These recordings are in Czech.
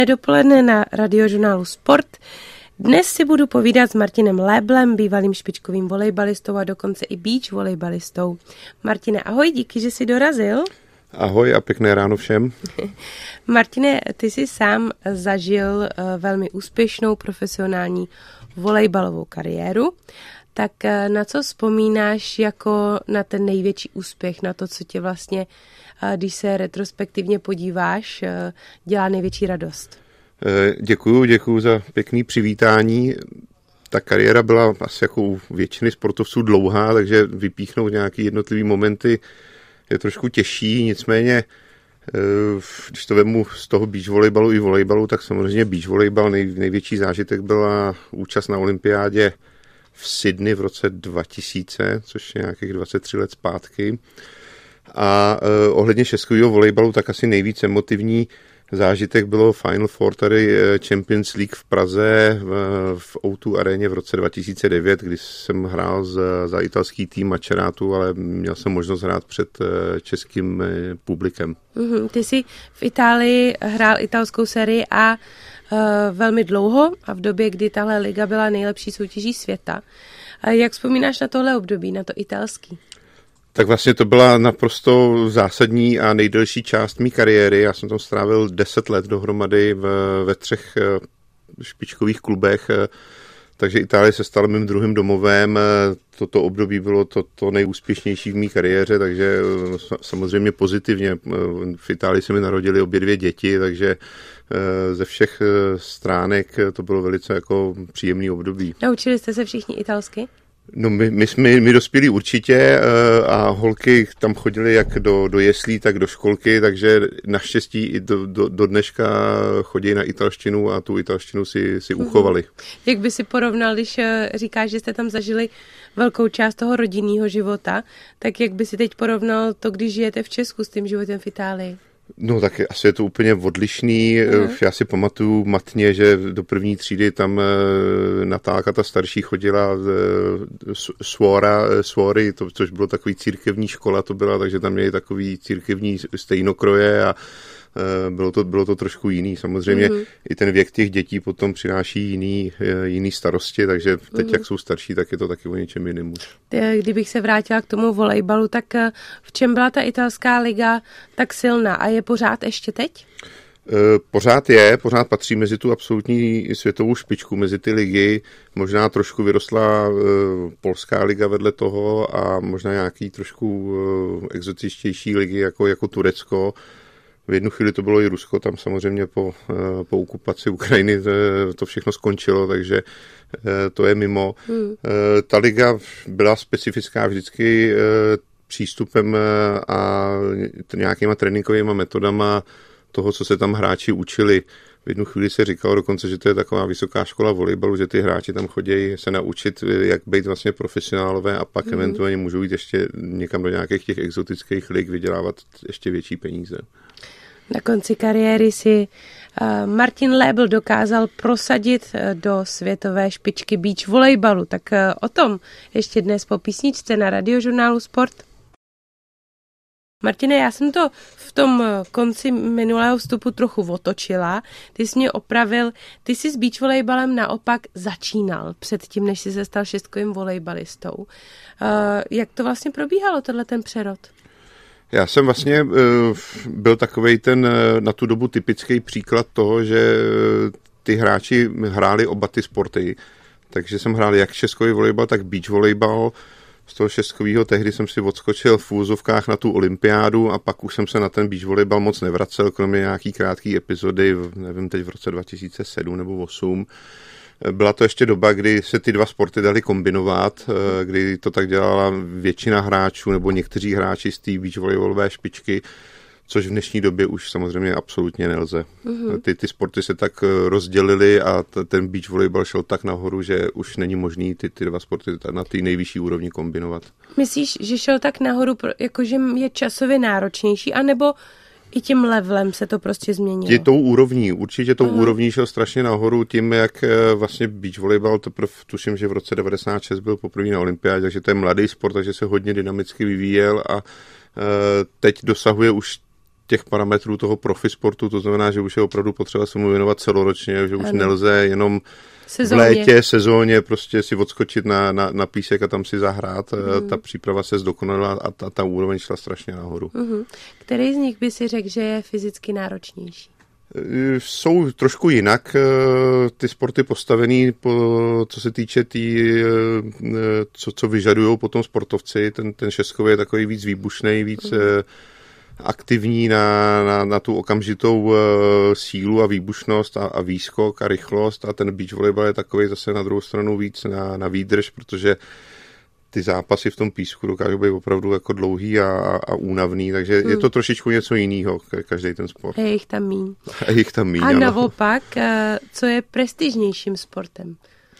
Dopoledne na Radiožurnálu Sport. Dnes si budu povídat s Martinem Léblem, bývalým špičkovým volejbalistou a dokonce i beach volejbalistou. Martine, ahoj, díky, že jsi dorazil. Ahoj a pěkné ráno všem. Martine, ty jsi sám zažil velmi úspěšnou profesionální volejbalovou kariéru. Tak na co vzpomínáš jako na ten největší úspěch, na to, co tě vlastně, když se retrospektivně podíváš, dělá největší radost? Děkuju za pěkný přivítání. Ta kariéra byla asi jako u většiny sportovců dlouhá, takže vypíchnout nějaký jednotlivý momenty je trošku těžší, nicméně když to vemu z toho beach volejbalu i volejbalu, tak samozřejmě beach volejbal největší zážitek byla účast na olympiádě v Sydney v roce 2000, což je nějakých 23 let zpátky. A ohledně šestkového volejbalu, tak asi nejvíc emotivní zážitek bylo Final Four tady Champions League v Praze v O2 aréně v roce 2009, kdy jsem hrál za italský tým Maceratu, ale měl jsem možnost hrát před českým publikem. Ty jsi v Itálii hrál italskou sérii A velmi dlouho a v době, kdy tahle liga byla nejlepší soutěží světa. Jak vzpomínáš na tohle období, na to italský? Tak vlastně to byla naprosto zásadní a nejdelší část mý kariéry. Já jsem tam strávil 10 let dohromady ve 3 špičkových klubech, takže Itálie se stala mým druhým domovem. Toto období bylo to nejúspěšnější v mé kariéře, takže samozřejmě pozitivně. V Itálii se mi narodily obě 2 děti, takže ze všech stránek to bylo velice jako příjemný období. Naučili jste se všichni italsky? No my dospělí určitě a holky tam chodily jak do jeslí, tak do školky, takže naštěstí i do dneška chodí na italštinu a tu italštinu si uchovali. Jak by si porovnal, když říkáš, že jste tam zažili velkou část toho rodinného života, tak jak by si teď porovnal to, když žijete v Česku s tím životem v Itálii? No tak asi je to úplně odlišný. Já si pamatuju matně, že do první třídy tam Natálka, ta starší, chodila suory, což bylo takový církevní škola to byla, takže tam měli takový církevní stejnokroje a bylo to trošku jiný. Samozřejmě i ten věk těch dětí potom přináší jiný starosti, takže teď, jak jsou starší, tak je to taky o něčem jiném. Kdybych se vrátila k tomu volejbalu, tak v čem byla ta italská liga tak silná a je pořád ještě teď? Pořád patří mezi tu absolutní světovou špičku, mezi ty ligy. Možná trošku vyrostla polská liga vedle toho a možná nějaký trošku exotičtější ligy jako Turecko. V jednu chvíli to bylo i Rusko, tam samozřejmě po okupaci Ukrajiny to všechno skončilo, takže to je mimo. Ta liga byla specifická vždycky přístupem a nějakýma tréninkovými metodama toho, co se tam hráči učili. V jednu chvíli se říkalo dokonce, že to je taková vysoká škola volejbalu, že ty hráči tam chodí se naučit, jak být vlastně profesionálové a pak eventuálně můžou jít ještě někam do nějakých těch exotických lig, vydělávat ještě větší peníze. Na konci kariéry si Martin Lébl dokázal prosadit do světové špičky beach volejbalu. Tak o tom ještě dnes po písničce na Radiožurnálu Sport. Martine, já jsem to v tom konci minulého vstupu trochu otočila. Ty jsi mě opravil, ty jsi s beach volejbalem naopak začínal předtím, než jsi se stal šestkovým volejbalistou. Jak to vlastně probíhalo, ten přerod? Já jsem vlastně byl takovej ten na tu dobu typický příklad toho, že ty hráči hráli oba ty sporty. Takže jsem hrál jak šestkový volejbal, tak beach volejbal. Z toho šestkovýho tehdy jsem si odskočil v úvozovkách na tu olympiádu a pak už jsem se na ten beach volejbal moc nevracel, kromě nějaký krátký epizody, nevím, teď v roce 2007 nebo 2008. Byla to ještě doba, kdy se ty dva sporty dali kombinovat, kdy to tak dělala většina hráčů nebo někteří hráči z té beach volejbalové špičky, což v dnešní době už samozřejmě absolutně nelze. Ty sporty se tak rozdělily a ten beach volejbal šel tak nahoru, že už není možný ty dva sporty na té nejvyšší úrovni kombinovat. Myslíš, že šel tak nahoru, jakože je časově náročnější, anebo i tím levelem se to prostě změnilo? Tou úrovní, určitě tou úrovní šel strašně nahoru tím, jak vlastně beach volejbal, teprve tuším, že v roce 96 byl poprvé na olympiádě, takže to je mladý sport, takže se hodně dynamicky vyvíjel a teď dosahuje už těch parametrů toho profi sportu, to znamená, že už je opravdu potřeba se mu věnovat celoročně, že už nelze jenom v létě, sezóně prostě si odskočit na písek a tam si zahrát. Ta příprava se zdokonalila a ta úroveň šla strašně nahoru. Který z nich by si řekl, že je fyzicky náročnější? Jsou trošku jinak ty sporty postavený, co se týče co vyžadují potom sportovci. Ten šestkový je takový víc výbušný, víc aktivní na tu okamžitou sílu a výbušnost a výskok a rychlost, a ten beach volejbal je takový zase na druhou stranu víc na výdrž, protože ty zápasy v tom písku dokážou být opravdu jako dlouhý a únavný, takže je to trošičku něco jiného, každý ten sport. A je jich tam míň. A naopak, co je prestižnějším sportem?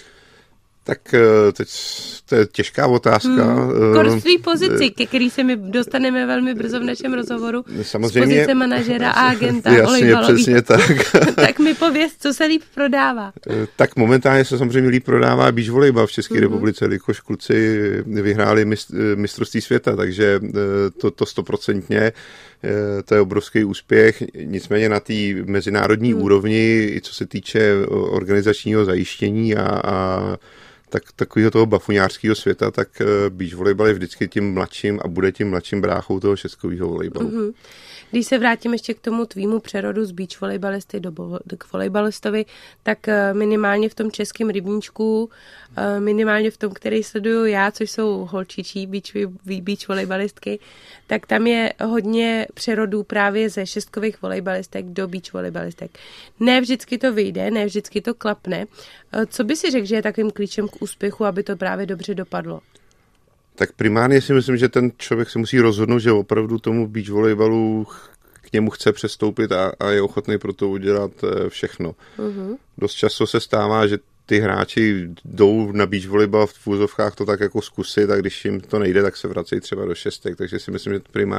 Tak teď to je těžká otázka. V tvý pozici, ke který se my dostaneme velmi brzo v našem rozhovoru, samozřejmě, z pozice manažera a agenta. Jasně, přesně tak. Tak mi pověz, co se líp prodává. Tak momentálně se samozřejmě líp prodává beach volejbal v České republice, jelikož kluci vyhráli mistrovství světa, takže to 100%. To je obrovský úspěch, nicméně na té mezinárodní úrovni, i co se týče organizačního zajištění a takového toho bafuňářského světa, tak beach volejbal je vždycky tím mladším a bude tím mladším bráchou toho šestkového volejbalu. Když se vrátím ještě k tomu tvýmu přerodu z beach volejbalisty k volejbalistovi, tak minimálně v tom českém rybníčku, minimálně v tom, který sleduju já, což jsou holčičí beach volejbalistky, tak tam je hodně přerodů právě ze šestkových volejbalistek do beach volejbalistek. Ne vždycky to vyjde, ne vždycky to klapne. Co by si řekl, že je takovým klíčem k úspěchu, aby to právě dobře dopadlo? Tak primárně si myslím, že ten člověk se musí rozhodnout, že opravdu tomu beach volejbalu k němu chce přestoupit a je ochotný pro to udělat všechno. Dost často se stává, že ty hráči jdou na beach volejbal v úzovkách to tak jako zkusit, a když jim to nejde, tak se vracejí třeba do šestek. Takže si myslím, že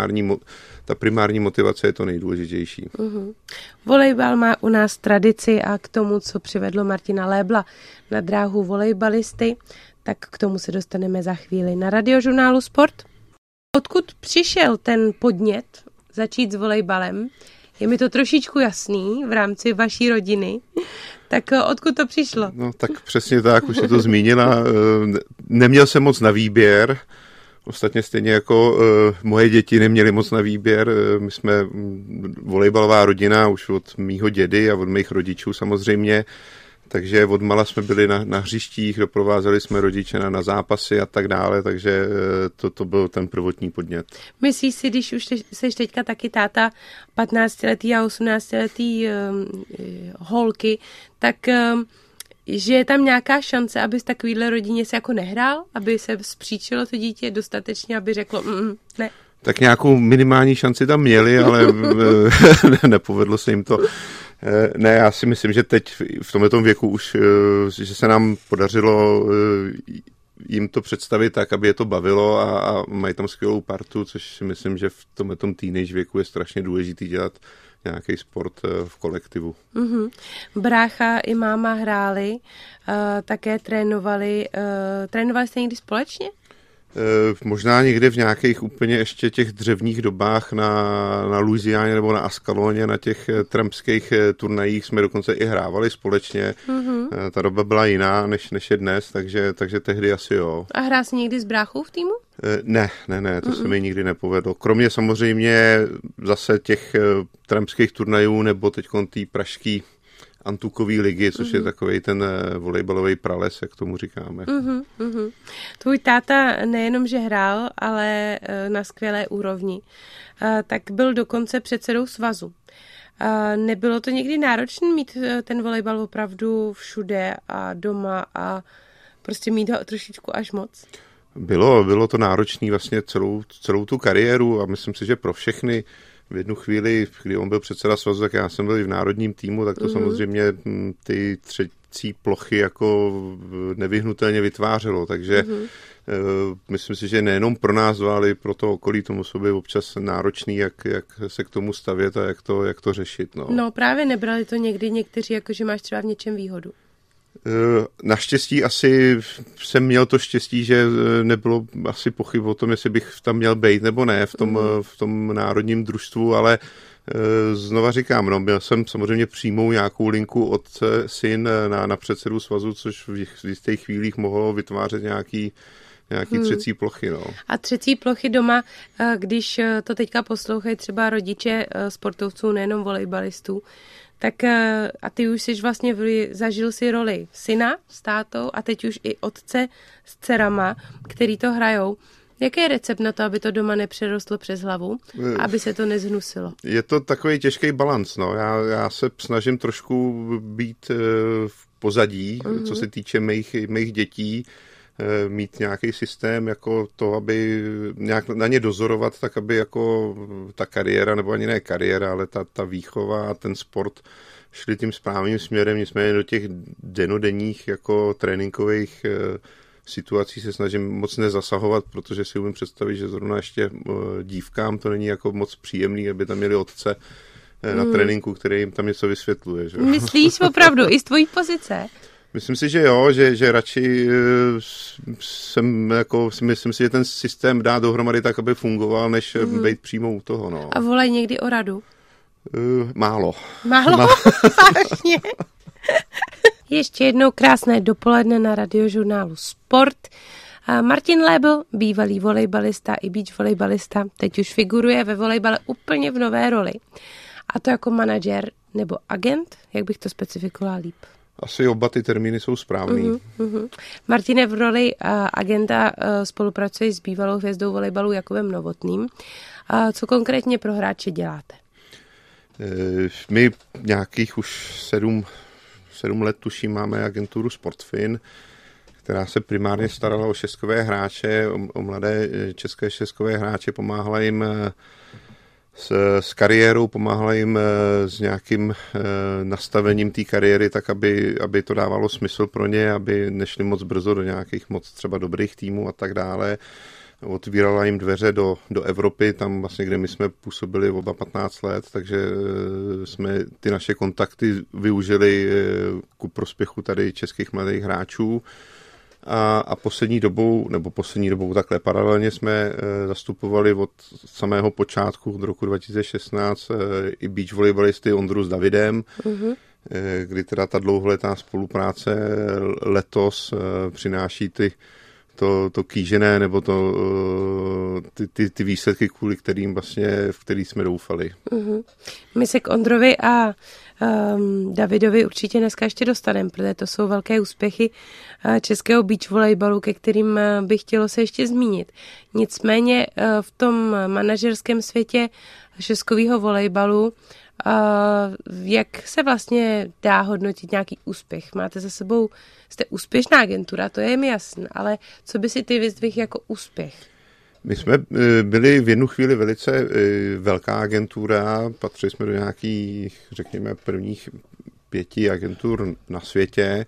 ta primární motivace je to nejdůležitější. Volejbal má u nás tradici a k tomu, co přivedlo Martina Lébla na dráhu volejbalisty, tak k tomu se dostaneme za chvíli na Radiožurnálu Sport. Odkud přišel ten podnět začít s volejbalem? Je mi to trošičku jasný v rámci vaší rodiny. Tak odkud to přišlo? No tak přesně tak, už jsi to zmínila. Neměl jsem moc na výběr. Ostatně stejně jako moje děti neměly moc na výběr. My jsme volejbalová rodina už od mýho dědy a od mých rodičů samozřejmě. Takže odmala jsme byli na hřištích, doprovázeli jsme rodiče na zápasy a tak dále, takže to byl ten prvotní podnět. Myslíš si, když už seš teďka taky táta 15letý a 18letý holky, tak že je tam nějaká šance, aby z takovýhle rodině se jako nehrál? Aby se zpříčilo to dítě dostatečně, aby řeklo ne? Tak nějakou minimální šanci tam měli, ale nepovedlo se jim to. Ne, já si myslím, že teď v tomto věku už, že se nám podařilo jim to představit tak, aby je to bavilo a mají tam skvělou partu, což si myslím, že v tomto teenage věku je strašně důležitý dělat nějaký sport v kolektivu. Brácha i máma hráli, také trénovali. Trénovali jste někdy společně? Možná někde v nějakých úplně ještě těch dřevních dobách na Louisianě nebo na Askaloně, na těch trampských turnajích jsme dokonce i hrávali společně. Ta doba byla jiná, než je dnes, takže tehdy asi jo. A hrál jsi někdy s bráchou v týmu? Ne, to se mi nikdy nepovedlo. Kromě samozřejmě zase těch trampských turnajů nebo teďkon té pražský Antukový ligy, což je takovej ten volejbalový prales, jak tomu říkáme. Tvůj táta nejenom, že hrál, ale na skvělé úrovni, tak byl dokonce předsedou svazu. Nebylo to někdy náročné mít ten volejbal opravdu všude a doma a prostě mít ho trošičku až moc? Bylo to náročné vlastně celou tu kariéru a myslím si, že pro všechny. V jednu chvíli, kdy on byl předseda svazu, tak já jsem byl i v národním týmu, tak to samozřejmě ty třecí plochy jako nevyhnutelně vytvářelo, takže myslím si, že nejenom pro nás, ale i pro to okolí tomu sobě občas náročný, jak se k tomu stavět a jak to řešit. No právě nebrali to někdy někteří, jako že máš třeba v něčem výhodu. Naštěstí asi jsem měl to štěstí, že nebylo asi pochyb o tom, jestli bych tam měl být nebo ne v tom národním družstvu, ale Znova říkám, no, měl jsem samozřejmě přímou nějakou linku otce, syn na předsedu svazu, což v jistých chvílích mohlo vytvářet nějaký třecí plochy. No. A třecí plochy doma, když to teďka poslouchají třeba rodiče sportovců, nejenom volejbalistů, tak a ty už jsi vlastně zažil si roli syna s tátou a teď už i otce s dcerama, který to hrajou. Jaký je recept na to, aby to doma nepřerostlo přes hlavu, aby se to nezhnusilo? Je to takový těžký balanc. No. Já se snažím trošku být v pozadí, co se týče mých dětí, mít nějaký systém, jako to, aby nějak na ně dozorovat, tak aby jako ta kariéra, nebo ani ne kariéra, ale ta výchova a ten sport šli tím správným směrem, nicméně do těch denodenních jako tréninkových situací se snažím moc nezasahovat, protože si umím představit, že zrovna ještě dívkám to není jako moc příjemný, aby tam měli otce na tréninku, který jim tam něco vysvětluje. Že? Myslíš opravdu i z tvojí pozice? Myslím si, že jo, že radši myslím si, že ten systém dá dohromady tak, aby fungoval, než být přímo u toho. No. A volaj někdy o radu? Málo. Málo? Vážně? Ještě jednou krásné dopoledne na radiožurnálu Sport. Martin Lébl, bývalý volejbalista i beach volejbalista, teď už figuruje ve volejbale úplně v nové roli. A to jako manažer nebo agent, jak bych to specifikovala líp? Asi oba ty termíny jsou správný. Martine, v roli agenta spolupracuje s bývalou hvězdou volejbalu Jakubem Novotným. Co konkrétně pro hráče děláte? My nějakých už 7 let tuším máme agenturu Sportfin, která se primárně starala o šestkové hráče, o mladé české šestkové hráče, pomáhala jim s kariérou, pomáhala jim s nějakým nastavením té kariéry, tak aby to dávalo smysl pro ně, aby nešli moc brzo do nějakých moc třeba dobrých týmů a tak dále. Otvírala jim dveře do Evropy, tam vlastně, kde my jsme působili oba 15 let, takže jsme ty naše kontakty využili ku prospěchu tady českých mladých hráčů. A poslední dobou takhle paralelně jsme zastupovali od samého počátku od roku 2016 i beach volejbalisty Ondru s Davidem, kdy teda ta dlouholetá spolupráce letos přináší to kýžené nebo ty výsledky, kvůli kterým vlastně, v který jsme doufali. My se k Ondrovi a Davidovi určitě dneska ještě dostaneme, protože to jsou velké úspěchy českého beach volejbalu, ke kterým bych chtělo se ještě zmínit. Nicméně v tom manažerském světě šestkového volejbalu jak se vlastně dá hodnotit nějaký úspěch? Máte za sebou, jste úspěšná agentura, to je mi jasné, ale co by si ty vyzdvihl jako úspěch? My jsme byli v jednu chvíli velice velká agentura, patřili jsme do nějakých, řekněme, prvních 5 agentur na světě.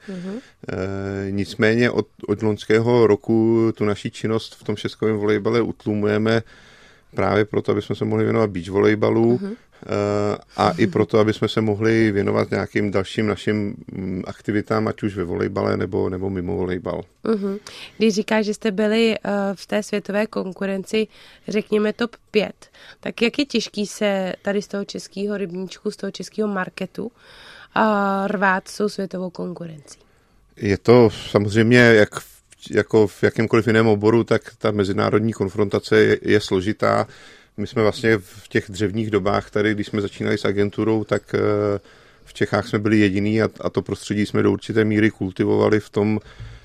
Nicméně od loňského roku tu naši činnost v tom šestkovém volejbale utlumujeme právě proto, aby jsme se mohli věnovat beach volejbalu, a i proto, aby jsme se mohli věnovat nějakým dalším našim aktivitám, ať už ve volejbale nebo mimo volejbal. Když říkáš, že jste byli v té světové konkurenci, řekněme top 5, tak jak je těžký se tady z toho českého rybníčku, z toho českého marketu rvát s tou světovou konkurencí? Je to samozřejmě jako v jakémkoliv jiném oboru, tak ta mezinárodní konfrontace je složitá. My jsme vlastně v těch dřevních dobách tady, když jsme začínali s agenturou, tak v Čechách jsme byli jediný a to prostředí jsme do určité míry kultivovali v tom,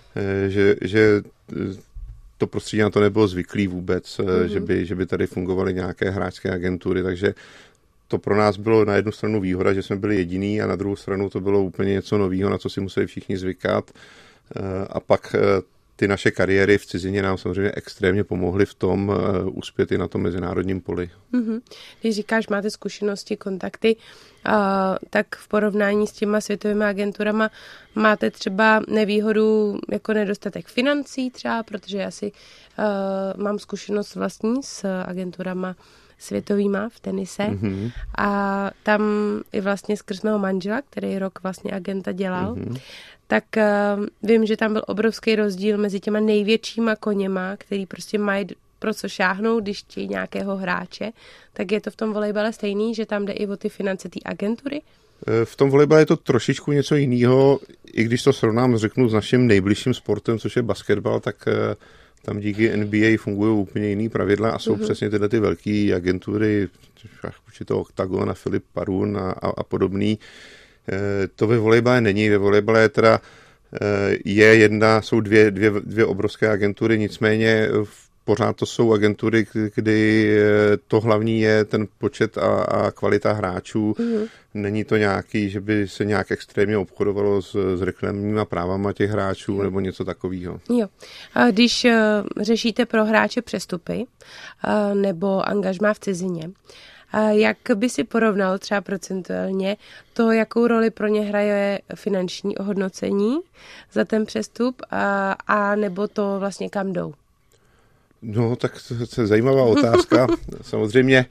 že to prostředí na to nebylo zvyklý vůbec, že by tady fungovaly nějaké hráčské agentury, takže to pro nás bylo na jednu stranu výhoda, že jsme byli jediný a na druhou stranu to bylo úplně něco nového, na co si museli všichni zvykat. A pak ty naše kariéry v cizině nám samozřejmě extrémně pomohly v tom uspět i na tom mezinárodním poli. Když říkáš, máte zkušenosti, kontakty, tak v porovnání s těma světovými agenturama máte třeba nevýhodu jako nedostatek financí třeba, protože asi mám zkušenost vlastní s agenturama světovýma v tenise a tam i vlastně skrz mého manžela, který rok vlastně agenta dělal, tak vím, že tam byl obrovský rozdíl mezi těma největšíma koněma, který prostě mají pro co šáhnou, když chtějí nějakého hráče, tak je to v tom volejbale stejný, že tam jde i o ty finance té agentury? V tom volejbale je to trošičku něco jiného, i když to srovnám, řeknu, s naším nejbližším sportem, což je basketbal, tak tam díky NBA fungují úplně jiný pravidla a jsou přesně tyhle ty velké agentury, určitě Octagon a Filip Parun a podobný. To ve volejbale není, ve volejbale teda jsou dvě obrovské agentury, nicméně pořád to jsou agentury, kdy to hlavní je ten počet a kvalita hráčů. Není to nějaký, že by se nějak extrémně obchodovalo s reklamníma právama těch hráčů nebo něco takového. Jo. A když řešíte pro hráče přestupy nebo angažmá v cizině, jak by si porovnal třeba procentuálně to, jakou roli pro ně hraje finanční ohodnocení za ten přestup a nebo to vlastně kam jdou? No, tak to je zajímavá otázka. Samozřejmě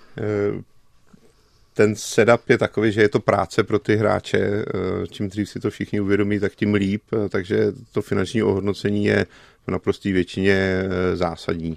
ten setup je takový, že je to práce pro ty hráče. Čím dřív si to všichni uvědomí, tak tím líp. Takže to finanční ohodnocení je v naprosté většině zásadní.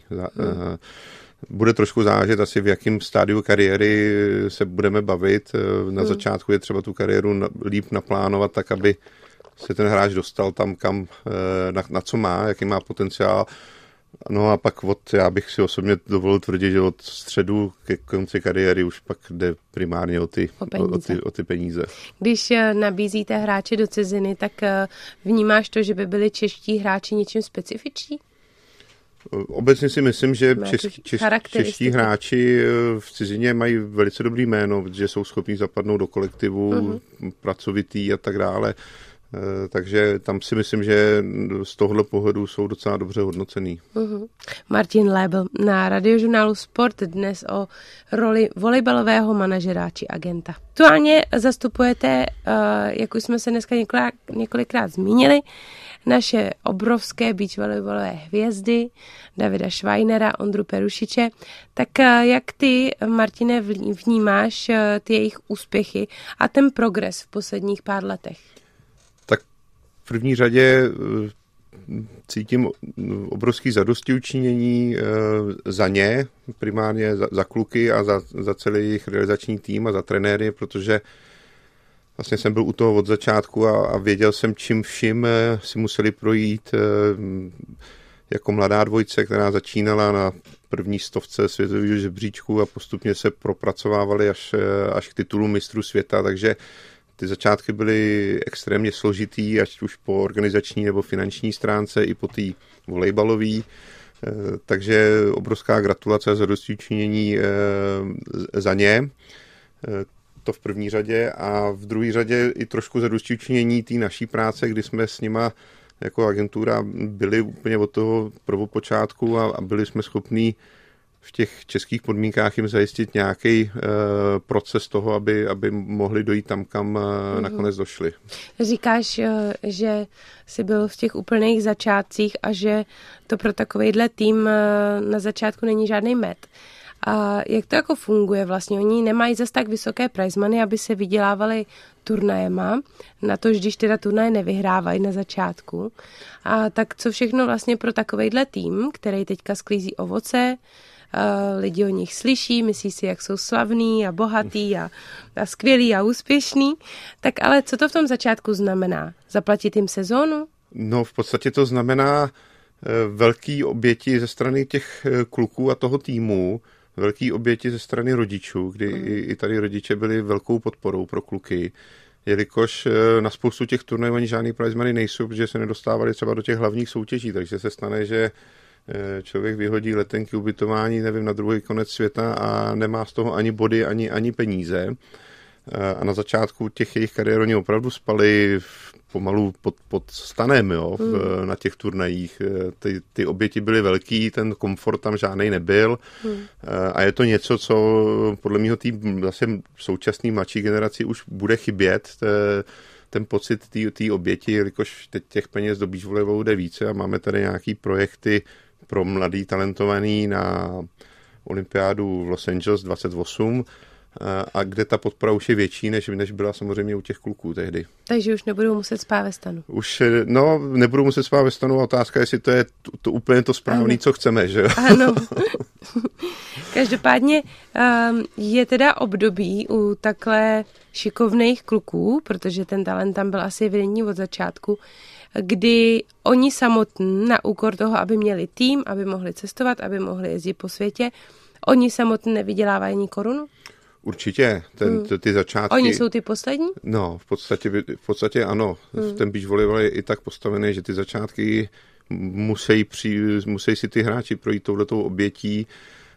Bude trošku záležet asi, v jakém stádiu kariéry se budeme bavit. Na začátku je třeba tu kariéru líp naplánovat tak, aby se ten hráč dostal tam, kam, na co má, jaký má potenciál. No a pak já bych si osobně dovolil tvrdit, že od středu ke konci kariéry už pak jde primárně o ty peníze. Když nabízíte hráče do ciziny, tak vnímáš to, že by byli čeští hráči něčím specifičtí? Obecně si myslím, že čeští hráči v cizině mají velice dobrý jméno, protože jsou schopní zapadnout do kolektivu, pracovitý a tak dále. Takže tam si myslím, že z tohohle pohledu jsou docela dobře hodnocený. Martin Lebl na radiožurnálu Sport dnes o roli volejbalového manažera či agenta. Aktuálně zastupujete, jak už jsme se dneska několikrát zmínili, naše obrovské beach volejbalové hvězdy, Davida Švajnera, Ondru Perušiče. Tak jak ty, Martine, vnímáš ty jejich úspěchy a ten progres v posledních pár letech? Tak v první řadě cítím obrovský zadostiučinění za ně, primárně za kluky a za celý jejich realizační tým a za trenéry, protože vlastně jsem byl u toho od začátku a věděl jsem, čím vším si museli projít jako mladá dvojice, která začínala na první 100 světového žebříčku a postupně se propracovávali až k titulu mistrů světa, takže ty začátky byly extrémně složitý, ať už po organizační nebo finanční stránce, i po té volejbalové. Takže obrovská gratulace a zadostiučinění za ně. To v první řadě a v druhé řadě i trošku zadostiučinění té naší práce, kdy jsme s nima jako agentura byli úplně od toho prvopočátku a byli jsme schopní v těch českých podmínkách jim zajistit nějaký proces toho, aby mohli dojít tam, kam nakonec došli. Říkáš, že jsi byl v těch úplných začátcích a že to pro takovejhle tým na začátku není žádný med. A jak to jako funguje vlastně? Oni nemají zas tak vysoké prize money, aby se vydělávali turnajema, na to, když teda turnaje nevyhrávají na začátku. A tak co všechno vlastně pro takovejhle tým, který teďka sklízí ovoce, lidi o nich slyší, myslí si, jak jsou slavný a bohatý a skvělý a úspěšný. Tak ale co to v tom začátku znamená? Zaplatit jim sezónu? No v podstatě to znamená velký oběti ze strany těch kluků a toho týmu, velký oběti ze strany rodičů, kdy i tady rodiče byli velkou podporou pro kluky, jelikož na spoustu těch turnajů ani žádný prize money nejsou, protože se nedostávali třeba do těch hlavních soutěží, takže se stane, že člověk vyhodí letenky, ubytování, nevím, na druhý konec světa a nemá z toho ani body, ani peníze. A na začátku těch jejich kariér oni opravdu spali pomalu pod stanem, jo, na těch turnajích. Ty oběti byly velký, ten komfort tam žádnej nebyl. A je to něco, co podle mého zase současný mladší generaci už bude chybět, ten pocit té oběti, jelikož teď těch peněz do beach volejbalu jde více a máme tady nějaký projekty pro mladý talentovaný na olympiádu v Los Angeles 28 a kde ta podpora už je větší, než byla samozřejmě u těch kluků tehdy. Takže už nebudou muset spát ve stanu. Už, nebudou muset spát ve stanu a otázka, jestli to je to úplně to správné, co chceme, že jo? Ano. Každopádně je teda období u takhle šikovných kluků, protože ten talent tam byl asi evidentní od začátku, kdy oni samotní na úkor toho, aby měli tým, aby mohli cestovat, aby mohli jezdit po světě, oni samotní nevydělávají ani korunu? Určitě, ty začátky... Oni jsou ty poslední? No, v podstatě ano. Ten beach volejbal je i tak postavený, že ty začátky musí si ty hráči projít touhletou obětí.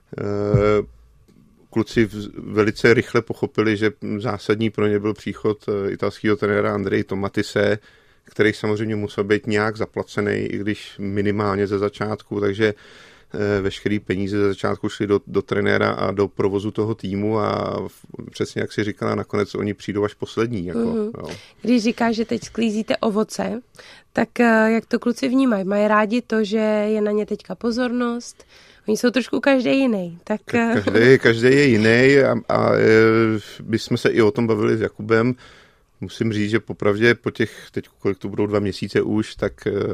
Kluci velice rychle pochopili, že zásadní pro ně byl příchod italského trenéra Andrej Tomatise, který samozřejmě musel být nějak zaplacený, i když minimálně ze začátku, takže veškerý peníze ze začátku šly do trenéra a do provozu toho týmu a přesně jak si říkala, nakonec oni přijdou až poslední. Jo. Když říkáš, že teď sklízíte ovoce, tak jak to kluci vnímají? Mají rádi to, že je na ně teďka pozornost? Oni jsou trošku každý jiný. Tak... Každý je jiný a my jsme se i o tom bavili s Jakubem. Musím říct, že popravdě po těch, teď kolik to budou 2 měsíce už, tak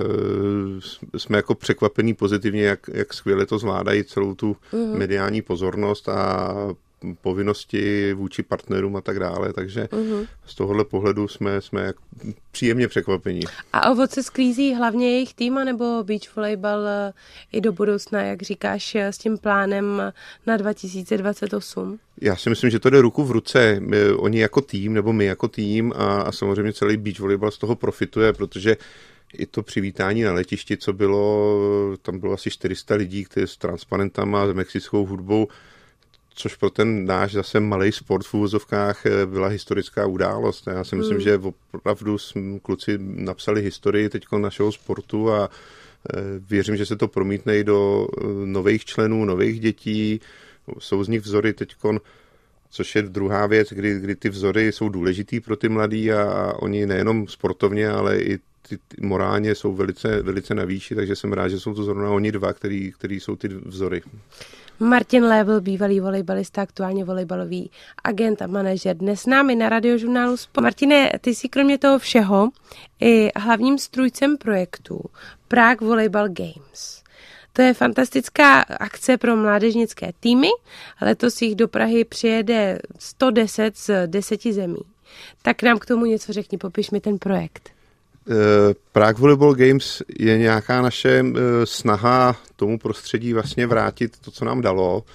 jsme jako překvapení pozitivně, jak skvěle to zvládají celou tu mediální pozornost a povinnosti vůči partnerům a tak dále, takže z tohohle pohledu jsme příjemně překvapení. A ovoce sklízí hlavně jejich tým, nebo beach volejbal i do budoucna, jak říkáš, s tím plánem na 2028? Já si myslím, že to jde ruku v ruce. Oni jako tým, nebo my jako tým a samozřejmě celý beach volejbal z toho profituje, protože i to přivítání na letišti, co bylo, tam bylo asi 400 lidí, kteří s transparentama, s mexickou hudbou, což pro ten náš zase malej sport v úvozovkách byla historická událost. Já si myslím, že opravdu kluci napsali historii teďko našeho sportu a věřím, že se to promítne i do nových členů, nových dětí. Jsou z nich vzory teďkon, což je druhá věc, kdy ty vzory jsou důležitý pro ty mladí a oni nejenom sportovně, ale i ty morálně jsou velice, velice na výši, takže jsem rád, že jsou to zrovna oni dva, který jsou ty vzory. Martin Lévl, bývalý volejbalista, aktuálně volejbalový agent a manažer, dnes s námi na Radiožurnálu Sport. Martine, ty jsi kromě toho všeho i hlavním strůjcem projektu Prague Volleyball Games. To je fantastická akce pro mládežnické týmy. Letos jich do Prahy přijede 110 z 10 zemí. Tak nám k tomu něco řekni, popiš mi ten projekt. Prague Volleyball Games je nějaká naše snaha tomu prostředí vlastně vrátit to, co nám dalo.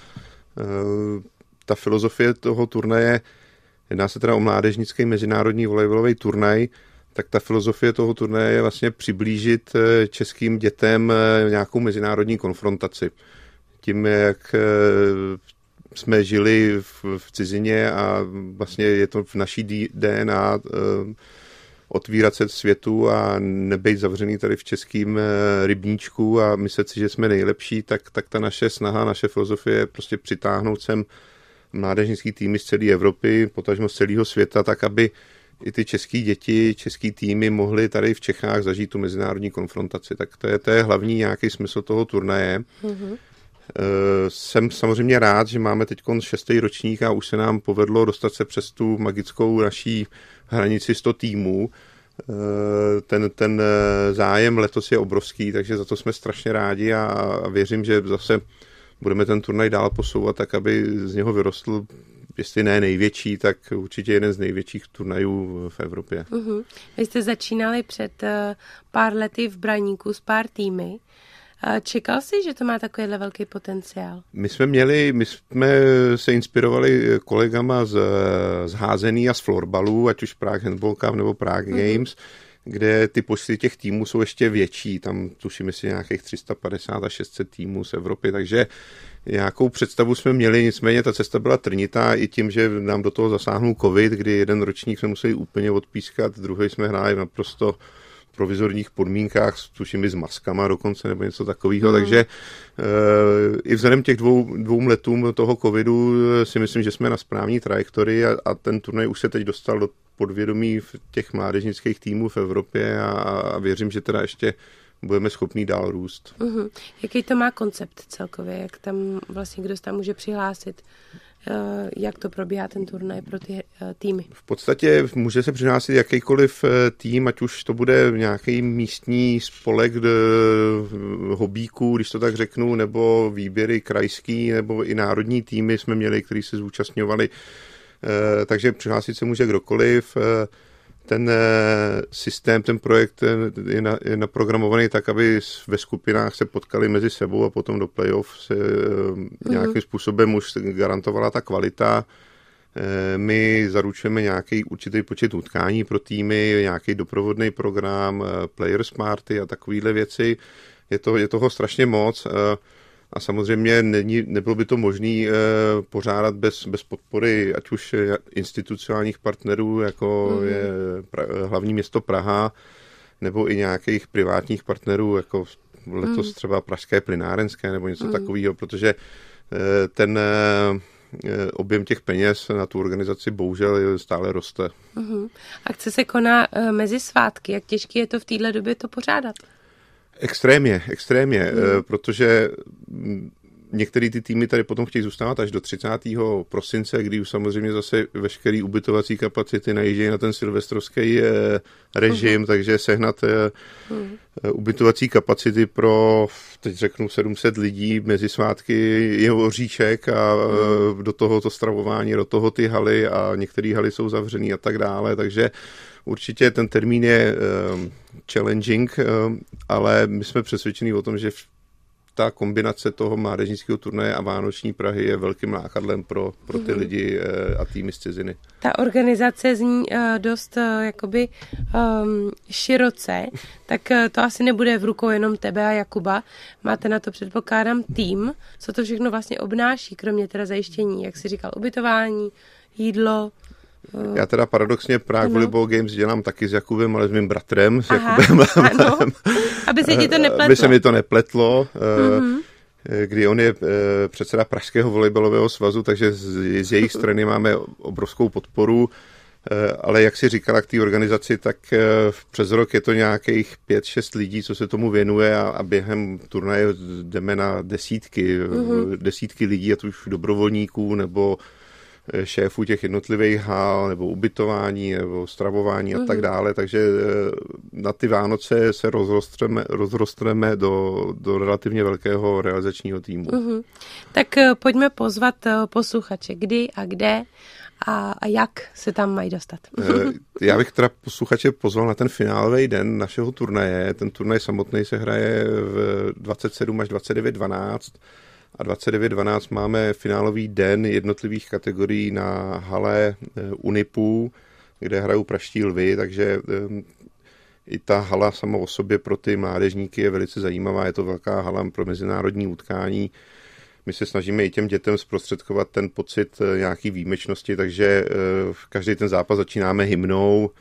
Ta filozofie toho turnaje, jedná se teda o mládežnický mezinárodní volejbalový turnaj, tak ta filozofie toho turnaje je vlastně přiblížit českým dětem nějakou mezinárodní konfrontaci. Tím, jak jsme žili v cizině a vlastně je to v naší DNA otvírat se světu a nebejt zavřený tady v českým rybníčku a myslet si, že jsme nejlepší, tak ta naše snaha, naše filozofie je prostě přitáhnout sem mládežnický týmy z celé Evropy, potažmo z celého světa, tak aby i ty český děti, český týmy mohly tady v Čechách zažít tu mezinárodní konfrontaci. Tak to je hlavní nějaký smysl toho turnaje. Jsem samozřejmě rád, že máme teď 6. ročník a už se nám povedlo dostat se přes tu magickou naší hranici 100 týmů. Ten zájem letos je obrovský, takže za to jsme strašně rádi a věřím, že zase budeme ten turnaj dál posouvat tak, aby z něho vyrostl, jestli ne největší, tak určitě jeden z největších turnajů v Evropě. Vy jste začínali před pár lety v Braníku s pár týmy. Čekal jsi, že to má takovýhle velký potenciál? My jsme se inspirovali kolegama z házený a z florbalu, ať už Prague Handball Cup nebo Prague Games, kde ty počty těch týmů jsou ještě větší. Tam tuším si nějakých 350 až 600 týmů z Evropy, takže nějakou představu jsme měli, nicméně ta cesta byla trnitá i tím, že nám do toho zasáhnul covid, kdy jeden ročník jsme museli úplně odpískat, druhý jsme hráli naprosto provizorních podmínkách, tuším i s maskama dokonce nebo něco takového, takže i vzhledem těch dvou letům toho covidu si myslím, že jsme na správné trajektorii a ten turnaj už se teď dostal do podvědomí v těch mládežnických týmů v Evropě a věřím, že teda ještě budeme schopní dál růst. Jaký to má koncept celkově? Jak tam vlastně, kdo se tam může přihlásit? jak to probíhá ten turnaj pro ty týmy? V podstatě může se přihlásit jakýkoliv tým, ať už to bude nějaký místní spolek hobíků, když to tak řeknu, nebo výběry krajský, nebo i národní týmy jsme měli, kteří se zúčastňovali. Takže přihlásit se může kdokoliv. Ten systém, ten projekt je naprogramovaný tak, aby ve skupinách se potkali mezi sebou a potom do playoff se nějakým způsobem už garantovala ta kvalita. My zaručujeme nějaký určitý počet utkání pro týmy, nějaký doprovodný program, players party a takovéhle věci. Je toho strašně moc. A samozřejmě nebylo by to možné pořádat bez podpory ať už institucionálních partnerů, jako je hlavní město Praha, nebo i nějakých privátních partnerů, jako letos třeba Pražské plynárenské nebo něco takového, protože ten objem těch peněz na tu organizaci bohužel stále roste. Akce se koná mezi svátky. Jak těžké je to v této době to pořádat? Extrémně, protože některé ty týmy tady potom chtějí zůstávat až do 30. prosince, kdy už samozřejmě zase veškerý ubytovací kapacity najíždějí na ten silvestrovský režim, takže sehnat ubytovací kapacity pro, teď řeknu, 700 lidí mezi svátky je oříšek a do toho to stravování, do toho ty haly a některé haly jsou zavřený a tak dále, takže určitě ten termín je challenging, ale my jsme přesvědčení o tom, že ta kombinace toho mládežnického turnaje a vánoční Prahy je velkým lákadlem pro ty lidi a týmy z ciziny. Ta organizace zní dost jakoby široce, tak to asi nebude v rukou jenom tebe a Jakuba. Máte na to, předpokládám, tým, co to všechno vlastně obnáší, kromě teda zajištění, jak jsi říkal, ubytování, jídlo. Já teda paradoxně Prague Volleyball Games dělám taky s Jakubem, ale s mým bratrem. S Jakubem. Ano. Aby se ti to nepletlo. Aby se mi to nepletlo. Kdy on je předseda Pražského volejbalového svazu, takže z jejich strany máme obrovskou podporu. Ale jak si říkala k té organizaci, tak přes rok je to nějakých 5-6 lidí, co se tomu věnuje a během turnaje jdeme na desítky lidí, a to už dobrovolníků nebo šéfů těch jednotlivých hal, nebo ubytování, nebo stravování a tak dále, takže na ty Vánoce se rozrostneme do relativně velkého realizačního týmu. Tak pojďme pozvat posluchače, kdy a kde a jak se tam mají dostat. Já bych teda posluchače pozval na ten finálový den našeho turnaje. Ten turnaj samotný se hraje v 27 až 29:12 a 29:12 máme finálový den jednotlivých kategorií na hale Unipu, kde hrajou praští lvy, takže i ta hala sama o sobě pro ty mládežníky je velice zajímavá. Je to velká hala pro mezinárodní utkání. My se snažíme i těm dětem zprostředkovat ten pocit nějaký výjimečnosti, takže každý ten zápas začínáme hymnou,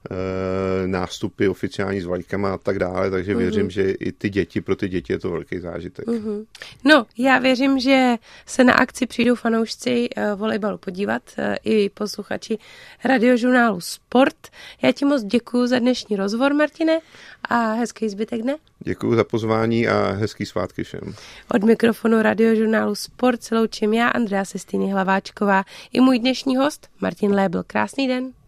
nástupy oficiální s vlajkama a tak dále, takže věřím, že i pro ty děti je to velký zážitek. No, já věřím, že se na akci přijdou fanoušci volejbalu podívat, i posluchači radiožurnálu Sport. Já ti moc děkuju za dnešní rozhovor, Martine, a hezký zbytek dne. Děkuju za pozvání a hezký svátky všem. Od mikrofonu radiožurnálu Sport se loučím já, Andrea Sestýny Hlaváčková, i můj dnešní host Martin Lébl. Krásný den.